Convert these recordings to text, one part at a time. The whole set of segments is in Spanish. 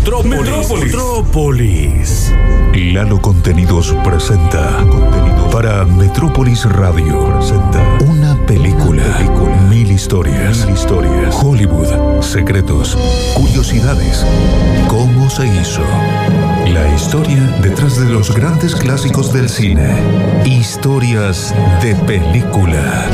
Metrópolis. Lalo Contenidos presenta para Metrópolis Radio una película, 1000 historias, Hollywood, secretos, curiosidades, cómo se hizo, la historia detrás de los grandes clásicos del cine, historias de película.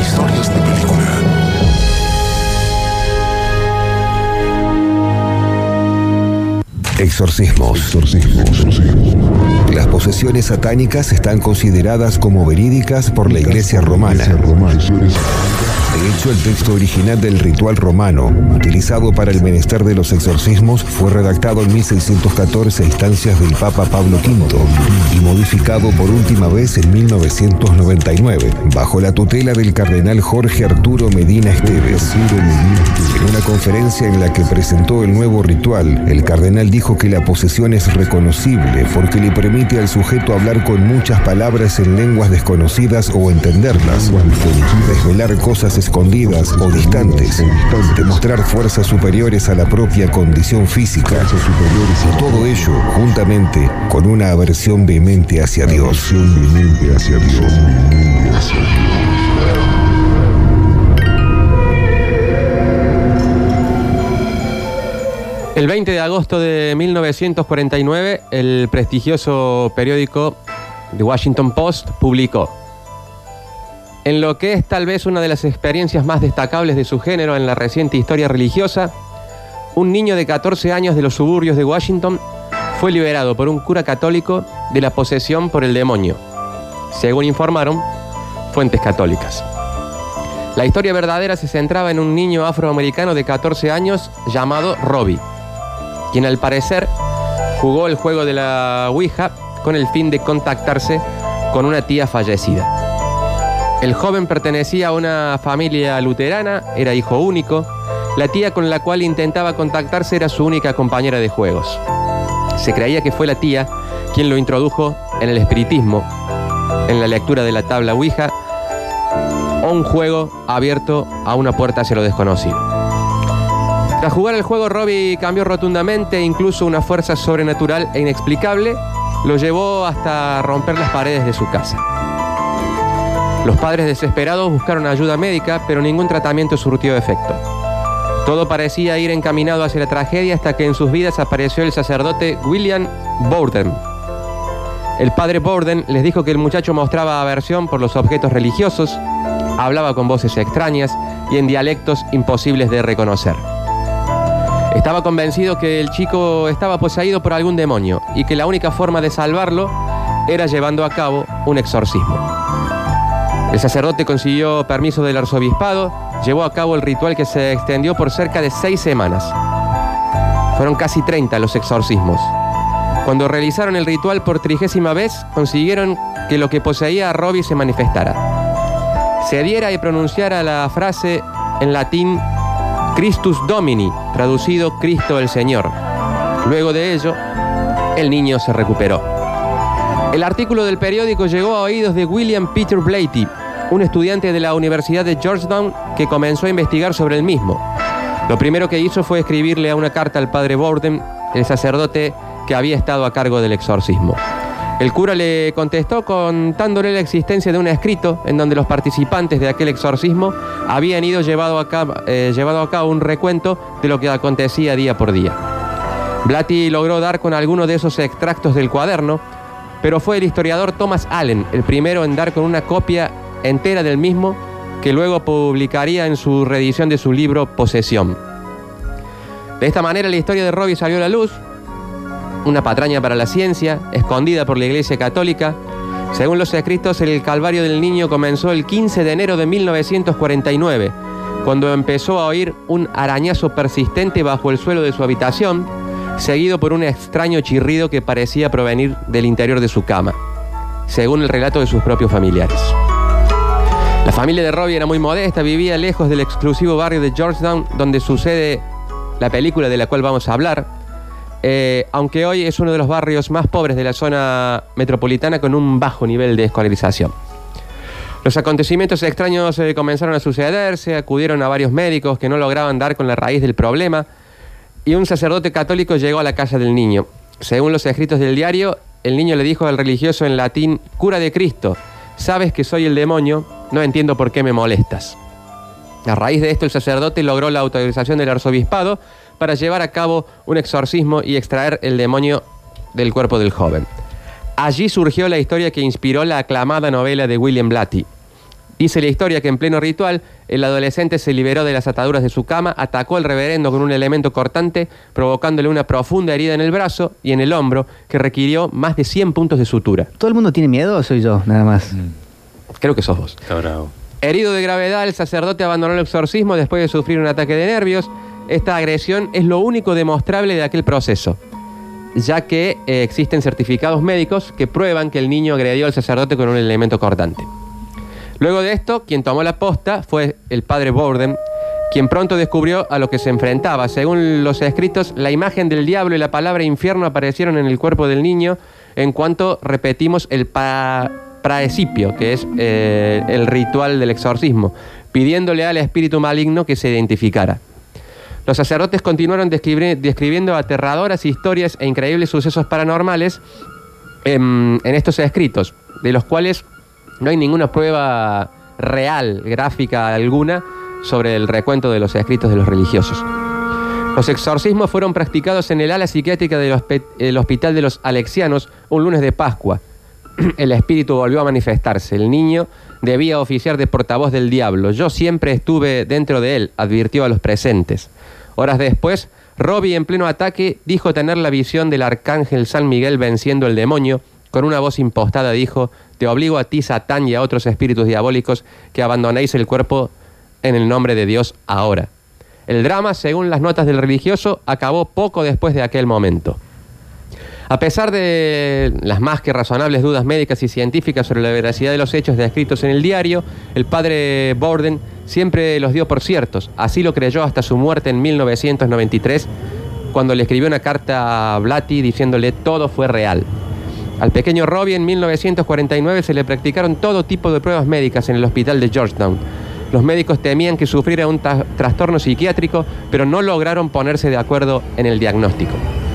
Exorcismos. Las posesiones satánicas están consideradas como verídicas por la Iglesia romana. De hecho, el texto original del ritual romano, utilizado para el menester de los exorcismos, fue redactado en 1614 a instancias del Papa Pablo V y modificado por última vez en 1999, bajo la tutela del cardenal Jorge Arturo Medina Esteves. En una conferencia en la que presentó el nuevo ritual, el cardenal dijo que la posesión es reconocible porque le permite al sujeto hablar con muchas palabras en lenguas desconocidas o entenderlas, desvelar cosas escondidas o distantes, demostrar fuerzas superiores a la propia condición física, y todo ello juntamente con una aversión vehemente hacia Dios. El 20 de agosto de 1949, el prestigioso periódico The Washington Post publicó: en lo que es tal vez una de las experiencias más destacables de su género en la reciente historia religiosa, un niño de 14 años de los suburbios de Washington fue liberado por un cura católico de la posesión por el demonio, según informaron fuentes católicas. La historia verdadera se centraba en un niño afroamericano de 14 años llamado Robbie, quien al parecer jugó el juego de la Ouija con el fin de contactarse con una tía fallecida. El joven pertenecía a una familia luterana, era hijo único. La tía con la cual intentaba contactarse era su única compañera de juegos. Se creía que fue la tía quien lo introdujo en el espiritismo, en la lectura de la tabla Ouija, o un juego abierto a una puerta hacia lo desconocido. Tras jugar el juego, Robbie cambió rotundamente, incluso una fuerza sobrenatural e inexplicable lo llevó hasta romper las paredes de su casa. Los padres desesperados buscaron ayuda médica, pero ningún tratamiento surtió efecto. Todo parecía ir encaminado hacia la tragedia hasta que en sus vidas apareció el sacerdote William Borden. El padre Borden les dijo que el muchacho mostraba aversión por los objetos religiosos, hablaba con voces extrañas y en dialectos imposibles de reconocer. Estaba convencido que el chico estaba poseído por algún demonio y que la única forma de salvarlo era llevando a cabo un exorcismo. El sacerdote consiguió permiso del arzobispado, llevó a cabo el ritual que se extendió por cerca de 6 semanas. Fueron casi 30 los exorcismos. Cuando realizaron el ritual por 30ª vez, consiguieron que lo que poseía a Robbie se manifestara. Se diera y pronunciara la frase en latín Christus Domini, traducido Cristo el Señor. Luego de ello, el niño se recuperó. El artículo del periódico llegó a oídos de William Peter Blatty, un estudiante de la Universidad de Georgetown que comenzó a investigar sobre el mismo. Lo primero que hizo fue escribirle una carta al padre Borden, el sacerdote que había estado a cargo del exorcismo. El cura le contestó contándole la existencia de un escrito en donde los participantes de aquel exorcismo habían ido llevado a cabo un recuento de lo que acontecía día por día. Blatty logró dar con alguno de esos extractos del cuaderno, pero fue el historiador Thomas Allen el primero en dar con una copia entera del mismo, que luego publicaría en su reedición de su libro Posesión. De esta manera la historia de Robbie salió a la luz, una patraña para la ciencia, escondida por la Iglesia Católica. Según los escritos, el calvario del niño comenzó el 15 de enero de 1949, cuando empezó a oír un arañazo persistente bajo el suelo de su habitación, seguido por un extraño chirrido que parecía provenir del interior de su cama, según el relato de sus propios familiares. La familia de Robbie era muy modesta, vivía lejos del exclusivo barrio de Georgetown, donde sucede la película de la cual vamos a hablar, aunque hoy es uno de los barrios más pobres de la zona metropolitana con un bajo nivel de escolarización. Los acontecimientos extraños comenzaron a sucederse, acudieron a varios médicos que no lograban dar con la raíz del problema y un sacerdote católico llegó a la casa del niño. Según los escritos del diario, el niño le dijo al religioso en latín: cura de Cristo, sabes que soy el demonio, no entiendo por qué me molestas. A raíz de esto, el sacerdote logró la autorización del arzobispado para llevar a cabo un exorcismo y extraer el demonio del cuerpo del joven. Allí surgió la historia que inspiró la aclamada novela de William Blatty. Dice la historia que en pleno ritual, el adolescente se liberó de las ataduras de su cama, atacó al reverendo con un elemento cortante, provocándole una profunda herida en el brazo y en el hombro que requirió más de 100 puntos de sutura. ¿Todo el mundo tiene miedo o soy yo, nada más? Creo que sos vos. Está bravo. Herido de gravedad, el sacerdote abandonó el exorcismo después de sufrir un ataque de nervios. Esta agresión es lo único demostrable de aquel proceso, ya que existen certificados médicos que prueban que el niño agredió al sacerdote con un elemento cortante. Luego de esto, quien tomó la posta fue el padre Borden, quien pronto descubrió a lo que se enfrentaba. Según los escritos, la imagen del diablo y la palabra infierno aparecieron en el cuerpo del niño en cuanto repetimos el praecipio, que es el ritual del exorcismo, pidiéndole al espíritu maligno que se identificara. Los sacerdotes continuaron describiendo aterradoras historias e increíbles sucesos paranormales en estos escritos, de los cuales no hay ninguna prueba real, gráfica alguna, sobre el recuento de los escritos de los religiosos. Los exorcismos fueron practicados en el ala psiquiátrica del Hospital de los Alexianos un lunes de Pascua. El espíritu volvió a manifestarse. El niño debía oficiar de portavoz del diablo. Yo siempre estuve dentro de él, advirtió a los presentes. Horas después, Robbie, en pleno ataque, dijo tener la visión del arcángel San Miguel venciendo el demonio. Con una voz impostada dijo: te obligo a ti, Satán, y a otros espíritus diabólicos que abandonéis el cuerpo en el nombre de Dios ahora. El drama, según las notas del religioso, acabó poco después de aquel momento. A pesar de las más que razonables dudas médicas y científicas sobre la veracidad de los hechos descritos en el diario, el padre Borden siempre los dio por ciertos. Así lo creyó hasta su muerte en 1993, cuando le escribió una carta a Blatty diciéndole todo fue real. Al pequeño Robbie en 1949 se le practicaron todo tipo de pruebas médicas en el hospital de Georgetown. Los médicos temían que sufriera un trastorno psiquiátrico, pero no lograron ponerse de acuerdo en el diagnóstico.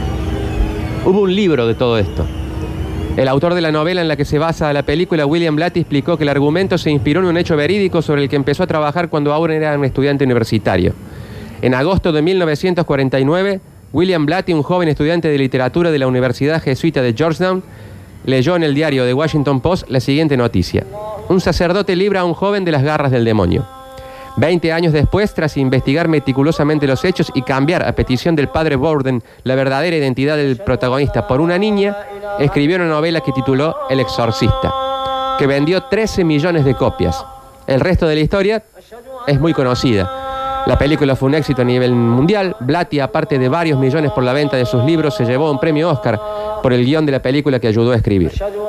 Hubo un libro de todo esto. El autor de la novela en la que se basa la película, William Blatty, explicó que el argumento se inspiró en un hecho verídico sobre el que empezó a trabajar cuando aún era un estudiante universitario. En agosto de 1949, William Blatty, un joven estudiante de literatura de la Universidad Jesuita de Georgetown, leyó en el diario The Washington Post la siguiente noticia: un sacerdote libra a un joven de las garras del demonio. 20 años después, tras investigar meticulosamente los hechos y cambiar a petición del padre Borden la verdadera identidad del protagonista por una niña, escribió una novela que tituló El Exorcista, que vendió 13 millones de copias. El resto de la historia es muy conocida. La película fue un éxito a nivel mundial. Blatty, aparte de varios millones por la venta de sus libros, se llevó un premio Oscar por el guión de la película que ayudó a escribir.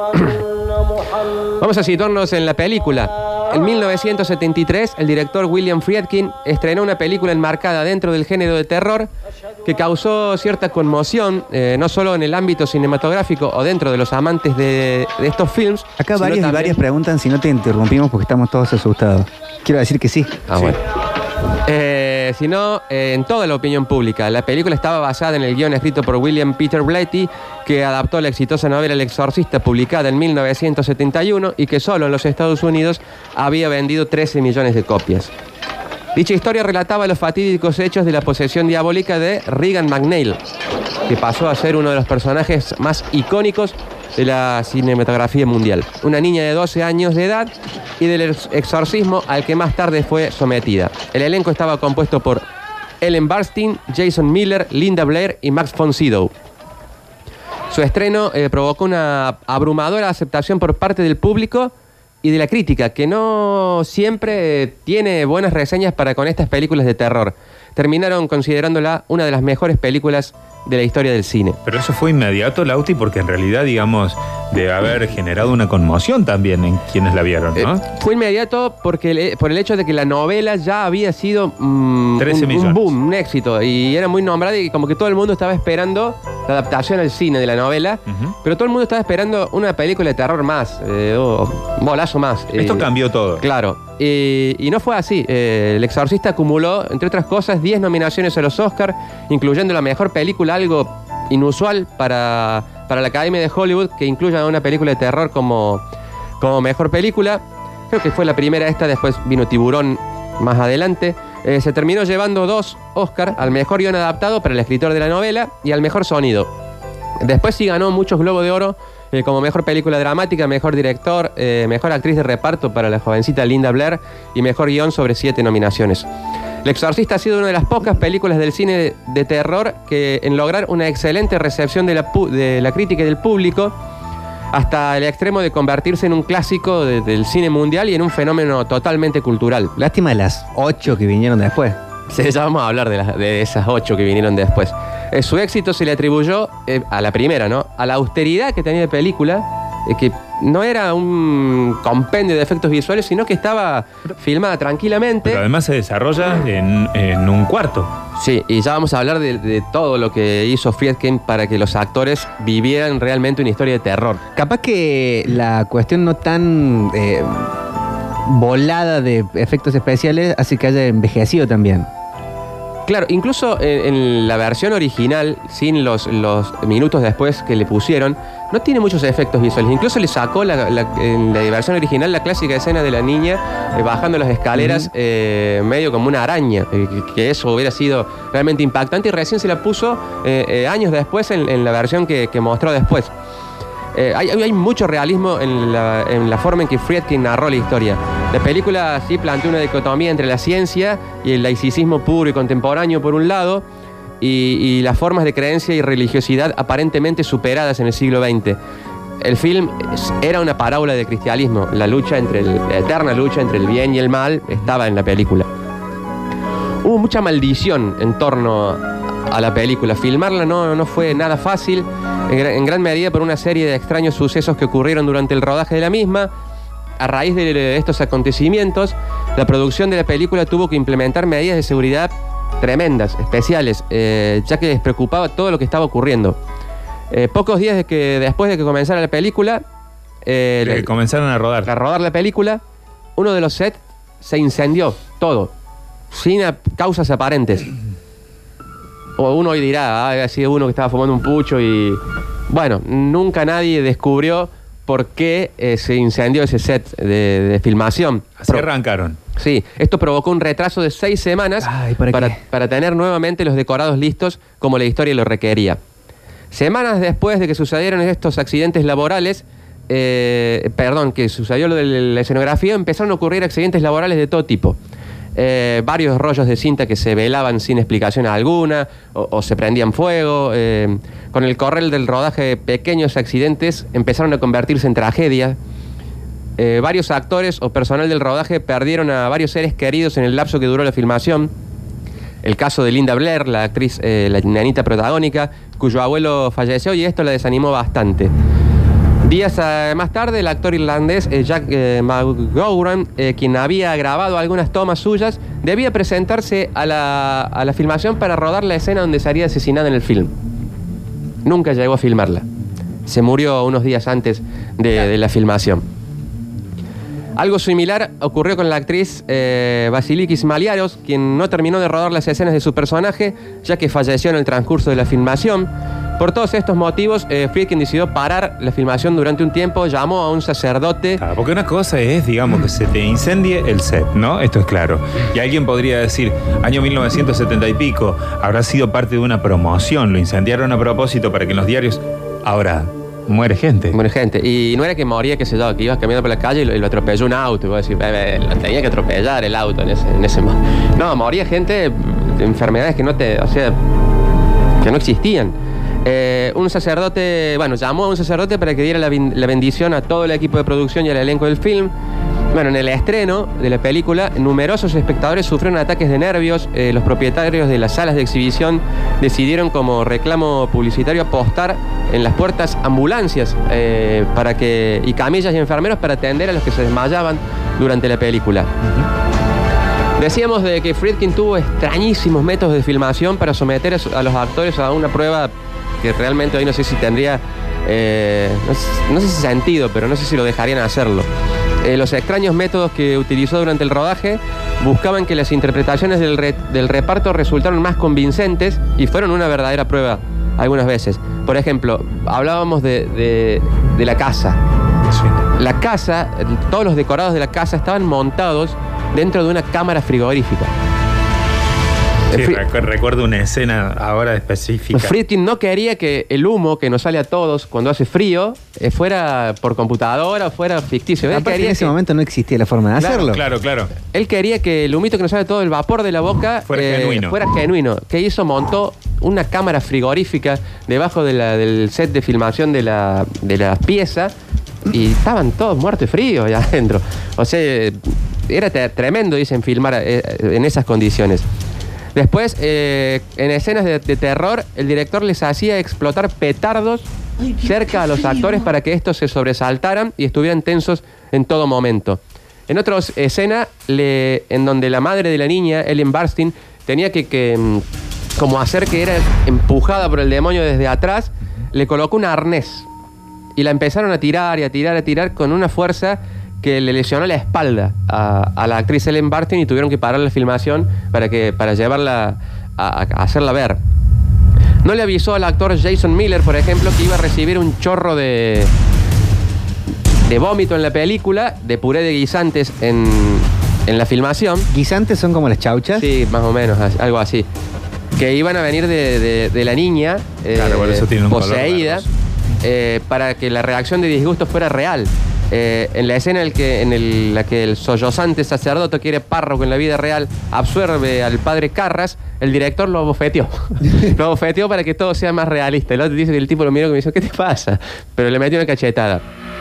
Vamos a situarnos en la película. En 1973, el director William Friedkin estrenó una película enmarcada dentro del género de terror que causó cierta conmoción, no solo en el ámbito cinematográfico o dentro de los amantes de estos films. Acá varias preguntan si no te interrumpimos porque estamos todos asustados. Quiero decir que sí. Bueno. Sino en toda la opinión pública. La película estaba basada en el guión escrito por William Peter Blatty, que adaptó la exitosa novela El Exorcista, publicada en 1971 y que solo en los Estados Unidos había vendido 13 millones de copias. Dicha historia relataba los fatídicos hechos de la posesión diabólica de Regan McNeil, que pasó a ser uno de los personajes más icónicos de la cinematografía mundial. Una niña de 12 años de edad y del exorcismo al que más tarde fue sometida. El elenco estaba compuesto por Ellen Burstyn, Jason Miller, Linda Blair y Max von Sydow. Su estreno provocó una abrumadora aceptación por parte del público y de la crítica, que no siempre tiene buenas reseñas para con estas películas de terror. Terminaron considerándola una de las mejores películas de la historia del cine. Pero eso fue inmediato, Lauti, porque en realidad, digamos, debe haber generado una conmoción también en quienes la vieron, ¿no? Fue inmediato porque por el hecho de que la novela ya había sido 13 millones. Un boom, un éxito, y era muy nombrada y como que todo el mundo estaba esperando la adaptación al cine de la novela, pero todo el mundo estaba esperando una película de terror más, un bolazo más. Esto cambió todo. Claro, y no fue así. El Exorcista acumuló, entre otras cosas, 10 nominaciones a los Oscars, incluyendo la mejor película, algo inusual para la Academia de Hollywood, que incluya una película de terror como mejor película. Creo que fue la primera esta, después vino Tiburón más adelante. Se terminó llevando 2 Oscars, al mejor guión adaptado para el escritor de la novela y al mejor sonido. Después sí ganó muchos Globos de Oro, como mejor película dramática, mejor director, mejor actriz de reparto para la jovencita Linda Blair y mejor guión sobre 7 nominaciones. El Exorcista ha sido una de las pocas películas del cine de terror que en lograr una excelente recepción de la crítica y del público, hasta el extremo de convertirse en un clásico del cine mundial y en un fenómeno totalmente cultural. Lástima de las 8 que vinieron después. Sí, ya vamos a hablar de esas 8 que vinieron después. Su éxito se le atribuyó a la primera, ¿no? A la austeridad que tenía de película, que no era un compendio de efectos visuales, sino que estaba filmada tranquilamente. Pero además se desarrolla en un cuarto. Sí, y ya vamos a hablar de todo lo que hizo Friedkin para que los actores vivieran realmente una historia de terror. Capaz que la cuestión no tan volada de efectos especiales hace que haya envejecido también. Claro, incluso en la versión original, sin los minutos después que le pusieron, no tiene muchos efectos visuales. Incluso le sacó en la versión original la clásica escena de la niña bajando las escaleras medio como una araña, que eso hubiera sido realmente impactante, y recién se la puso años después en la versión que mostró después. Hay mucho realismo en la forma en que Friedkin narró la historia. La película sí plantea una dicotomía entre la ciencia y el laicismo puro y contemporáneo por un lado, y las formas de creencia y religiosidad aparentemente superadas en el siglo XX. El film era una parábola del cristianismo. La eterna lucha entre el bien y el mal estaba en la película. Hubo mucha maldición en torno a la película. Filmarla no fue nada fácil, en gran medida por una serie de extraños sucesos que ocurrieron durante el rodaje de la misma. A raíz de estos acontecimientos, la producción de la película tuvo que implementar medidas de seguridad tremendas, especiales, ya que les preocupaba todo lo que estaba ocurriendo. Pocos días después de que comenzara la película, comenzaron a rodar la película, uno de los sets se incendió, todo, sin causas aparentes. O uno hoy dirá, había sido uno que estaba fumando un pucho y... Bueno, nunca nadie descubrió por qué se incendió ese set de filmación. Así arrancaron. Sí, esto provocó un retraso de 6 semanas para tener nuevamente los decorados listos como la historia lo requería. Semanas después de que sucedieron estos accidentes laborales, que sucedió lo de la escenografía, empezaron a ocurrir accidentes laborales de todo tipo. Varios rollos de cinta que se velaban sin explicación alguna o se prendían fuego. Con el correr del rodaje, pequeños accidentes empezaron a convertirse en tragedias. Varios actores o personal del rodaje perdieron a varios seres queridos en el lapso que duró la filmación. El caso de Linda Blair, la actriz, la nenita protagónica, cuyo abuelo falleció, y esto la desanimó bastante. Días más tarde, el actor irlandés Jack McGowan, quien había grabado algunas tomas suyas, debía presentarse a la filmación para rodar la escena donde sería asesinada en el film. Nunca llegó a filmarla. Se murió unos días antes de la filmación. Algo similar ocurrió con la actriz Vasilikis Maliaros, quien no terminó de rodar las escenas de su personaje, ya que falleció en el transcurso de la filmación. Por todos estos motivos, Friedkin decidió parar la filmación durante un tiempo, llamó a un sacerdote. Claro, porque una cosa es, digamos, que se te incendie el set, ¿no? Esto es claro. Y alguien podría decir, año 1970 y pico, habrá sido parte de una promoción, lo incendiaron a propósito para que en los diarios... Ahora, muere gente. Y no era que moría, qué sé yo, que ibas caminando por la calle y lo atropelló un auto. Y vos decís, tenía que atropellar el auto en ese momento. No, moría gente de enfermedades que no existían. Un sacerdote, llamó a un sacerdote para que diera la bendición a todo el equipo de producción y al elenco del film. En el estreno de la película, numerosos espectadores sufrieron ataques de nervios. Los propietarios de las salas de exhibición decidieron, como reclamo publicitario, apostar en las puertas ambulancias y camillas y enfermeros para atender a los que se desmayaban durante la película. Decíamos de que Friedkin tuvo extrañísimos métodos de filmación para someter a los actores a una prueba que realmente hoy no sé si tendría, no sé si sentido, pero no sé si lo dejarían hacerlo. Los extraños métodos que utilizó durante el rodaje buscaban que las interpretaciones del reparto resultaran más convincentes y fueron una verdadera prueba algunas veces. Por ejemplo, hablábamos de la casa. Sí. La casa, todos los decorados de la casa estaban montados dentro de una cámara frigorífica. Sí, recuerdo una escena ahora específica. Friedkin no quería que el humo que nos sale a todos cuando hace frío fuera por computadora o fuera ficticio. En ese momento no existía la forma de hacerlo. Claro. Él quería que el humito que nos sale todo, el vapor de la boca, fuera genuino. ¿Qué hizo? Montó una cámara frigorífica debajo del set de filmación de la pieza y estaban todos muertos y fríos allá adentro. O sea, era tremendo, dicen, filmar en esas condiciones. Después, en escenas de terror, el director les hacía explotar petardos cerca a los actores para que estos se sobresaltaran y estuvieran tensos en todo momento. En otra escena, en donde la madre de la niña, Ellen Burstyn, tenía que como hacer que era empujada por el demonio desde atrás, le colocó un arnés y la empezaron a tirar con una fuerza que le lesionó la espalda a la actriz Ellen Burstyn y tuvieron que parar la filmación para llevarla a hacerla ver. No le avisó al actor Jason Miller, por ejemplo, que iba a recibir un chorro de vómito en la película, de puré de guisantes en la filmación. ¿Guisantes son como las chauchas? Sí, más o menos, algo así. Que iban a venir de la niña claro, por eso tiene un poseída para que la reacción de disgusto fuera real. En la escena en la que el sollozante sacerdote, que era párroco en la vida real, absuelve al padre Carras, el director lo abofeteó. Lo abofeteó para que todo sea más realista. El otro dice que el tipo lo miró y me dice, ¿qué te pasa? Pero le metió una cachetada.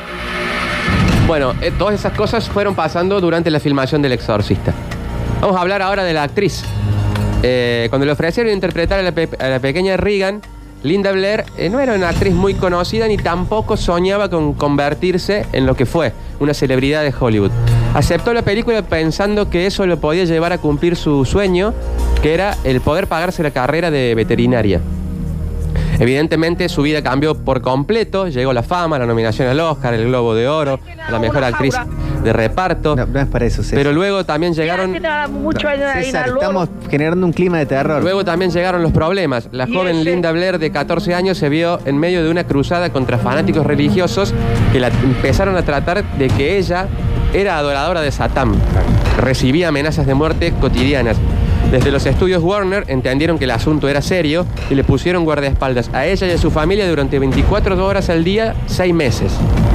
Bueno, todas esas cosas fueron pasando durante la filmación del Exorcista. Vamos a hablar ahora de la actriz. Cuando le ofrecieron interpretar a la pequeña Regan, Linda Blair no era una actriz muy conocida ni tampoco soñaba con convertirse en lo que fue, una celebridad de Hollywood. Aceptó la película pensando que eso lo podía llevar a cumplir su sueño, que era el poder pagarse la carrera de veterinaria. Evidentemente su vida cambió por completo, llegó la fama, la nominación al Oscar, el Globo de Oro, la mejor actriz de reparto. No es para eso, César. Pero luego también llegaron... César, estamos generando un clima de terror. Luego también llegaron los problemas. La joven Linda Blair, de 14 años, se vio en medio de una cruzada contra fanáticos religiosos que la empezaron a tratar de que ella era adoradora de Satán. Recibía amenazas de muerte cotidianas. Desde los estudios Warner entendieron que el asunto era serio y le pusieron guardaespaldas a ella y a su familia durante 24 horas al día, 6 meses.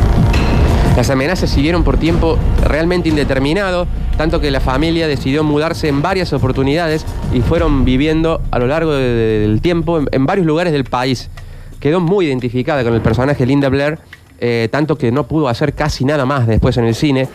Las amenazas siguieron por tiempo realmente indeterminado, tanto que la familia decidió mudarse en varias oportunidades y fueron viviendo a lo largo del tiempo en varios lugares del país. Quedó muy identificada con el personaje Linda Blair, tanto que no pudo hacer casi nada más después en el cine.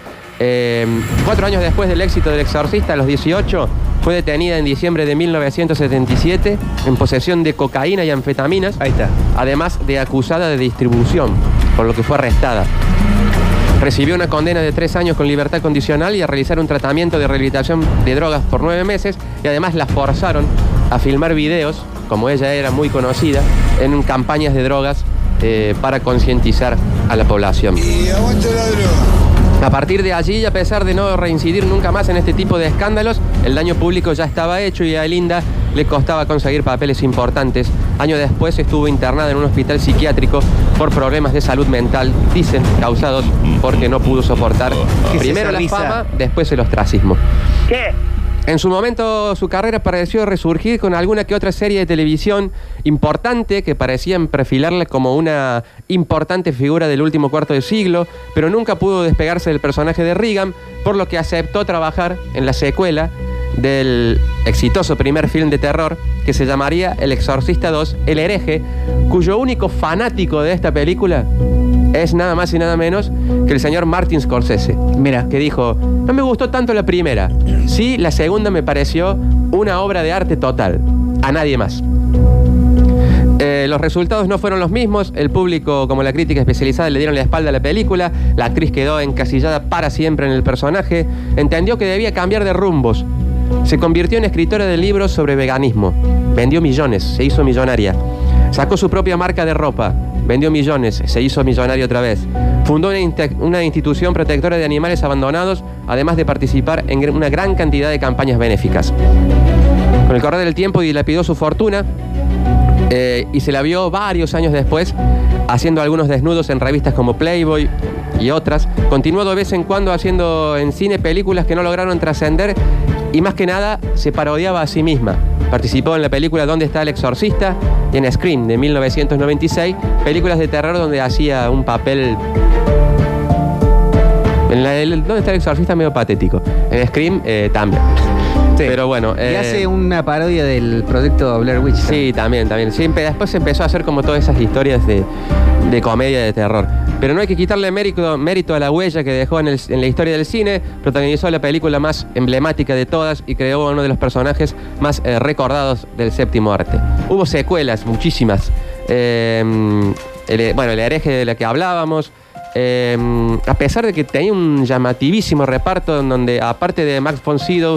4 años después del éxito del Exorcista, a los 18, fue detenida en diciembre de 1977 en posesión de cocaína y anfetaminas. Ahí está. Además de acusada de distribución, por lo que fue arrestada. Recibió una condena de 3 años con libertad condicional y a realizar un tratamiento de rehabilitación de drogas por 9 meses, y además la forzaron a filmar videos, como ella era muy conocida, en campañas de drogas para concientizar a la población. Y aguante la droga. A partir de allí, y a pesar de no reincidir nunca más en este tipo de escándalos, el daño público ya estaba hecho y a Linda le costaba conseguir papeles importantes. Años después estuvo internada en un hospital psiquiátrico por problemas de salud mental, dicen, causados porque no pudo soportar primero la fama, después el ostracismo. ¿Qué? En su momento su carrera pareció resurgir con alguna que otra serie de televisión importante que parecían perfilarla como una importante figura del último cuarto de siglo, pero nunca pudo despegarse del personaje de Regan, por lo que aceptó trabajar en la secuela del exitoso primer film de terror que se llamaría El Exorcista 2, El Hereje, cuyo único fanático de esta película es nada más y nada menos que el señor Martin Scorsese. Mira, que dijo, no me gustó tanto la primera, sí, la segunda me pareció una obra de arte total, a nadie más. Los resultados no fueron los mismos, el público como la crítica especializada le dieron la espalda a la película, la actriz quedó encasillada para siempre en el personaje, entendió que debía cambiar de rumbos, se convirtió en escritora de libros sobre veganismo, vendió millones, se hizo millonaria. Sacó su propia marca de ropa, vendió millones, se hizo millonario otra vez. Fundó una institución protectora de animales abandonados, además de participar en una gran cantidad de campañas benéficas. Con el correr del tiempo dilapidó su fortuna y se la vio varios años después haciendo algunos desnudos en revistas como Playboy y otras. Continuó de vez en cuando haciendo en cine películas que no lograron trascender y más que nada se parodiaba a sí misma. Participó en la película ¿Dónde está el exorcista? Y en Scream de 1996, películas de terror donde hacía un papel... En la del ¿Dónde está el exorcista? Medio patético. En Scream también. Sí. Pero bueno... Y hace una parodia del proyecto Blair Witch. Sí, también. Sí, después se empezó a hacer como todas esas historias de comedia de terror. Pero no hay que quitarle mérito a la huella que dejó en la historia del cine. Protagonizó la película más emblemática de todas y creó uno de los personajes más recordados del séptimo arte. Hubo secuelas, muchísimas. El hereje de la que hablábamos. A pesar de que tenía un llamativísimo reparto en donde, aparte de Max von Sydow,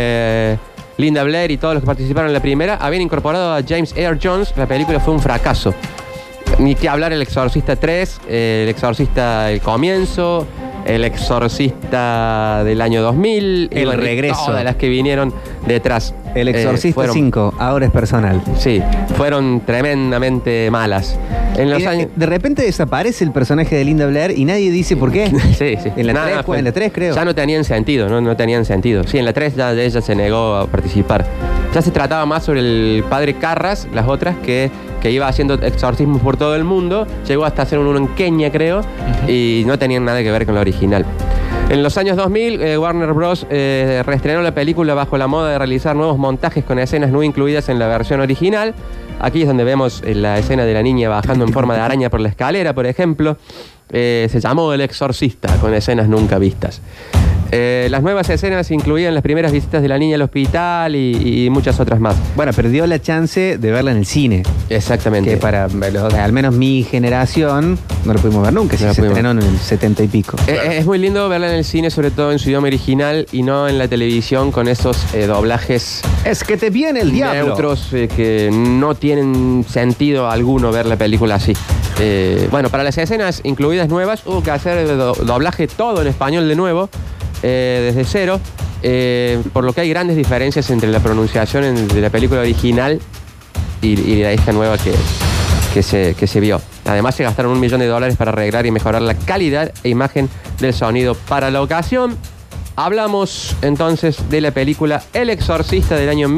Linda Blair y todos los que participaron en la primera, habían incorporado a James Earl Jones, la película fue un fracaso. Ni que hablar El Exorcista 3, El Exorcista El Comienzo, El Exorcista del año 2000, El Regreso. Todas las que vinieron detrás. El Exorcista 5, ahora es personal. Sí, fueron tremendamente malas. En los años... De repente desaparece el personaje de Linda Blair y nadie dice por qué. Sí. En la 3 creo. Ya no tenían sentido, no tenían sentido. Sí, en la 3 ya ella se negó a participar. Ya se trataba más sobre el padre Carras, las otras, que iba haciendo exorcismos por todo el mundo. Llegó hasta hacer uno en Kenia, creo, y no tenían nada que ver con la original. En los años 2000, Warner Bros. Reestrenó la película bajo la moda de realizar nuevos montajes con escenas no incluidas en la versión original. Aquí es donde vemos la escena de la niña bajando en forma de araña por la escalera, por ejemplo. Se llamó El Exorcista, con escenas nunca vistas. Las nuevas escenas incluían las primeras visitas de la niña al hospital y muchas otras más. Bueno, perdió la chance de verla en el cine. Exactamente. Que para al menos mi generación no lo pudimos ver nunca, si se estrenó en el 70 y pico. Es muy lindo verla en el cine, sobre todo en su idioma original y no en la televisión con esos doblajes. Es que te viene el diablo. Neutros que no tienen sentido alguno ver la película así. Bueno, para las escenas incluidas nuevas hubo que hacer doblaje todo en español de nuevo. Desde cero, por lo que hay grandes diferencias entre la pronunciación de la película original y de esta nueva que se vio. Además se gastaron $1 millón para arreglar y mejorar la calidad e imagen del sonido para la ocasión. Hablamos entonces de la película El Exorcista del año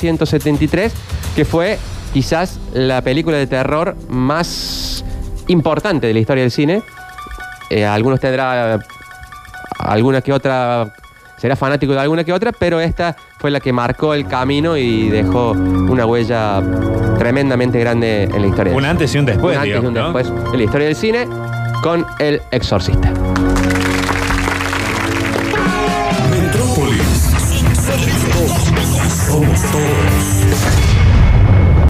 1973, que fue quizás la película de terror más importante de la historia del cine. Algunos tendrán alguna que otra, será fanático de alguna que otra, pero esta fue la que marcó el camino y dejó una huella tremendamente grande en la historia. Un antes y un después, un antes y un digamos, ¿no? después en la historia del cine con El Exorcista.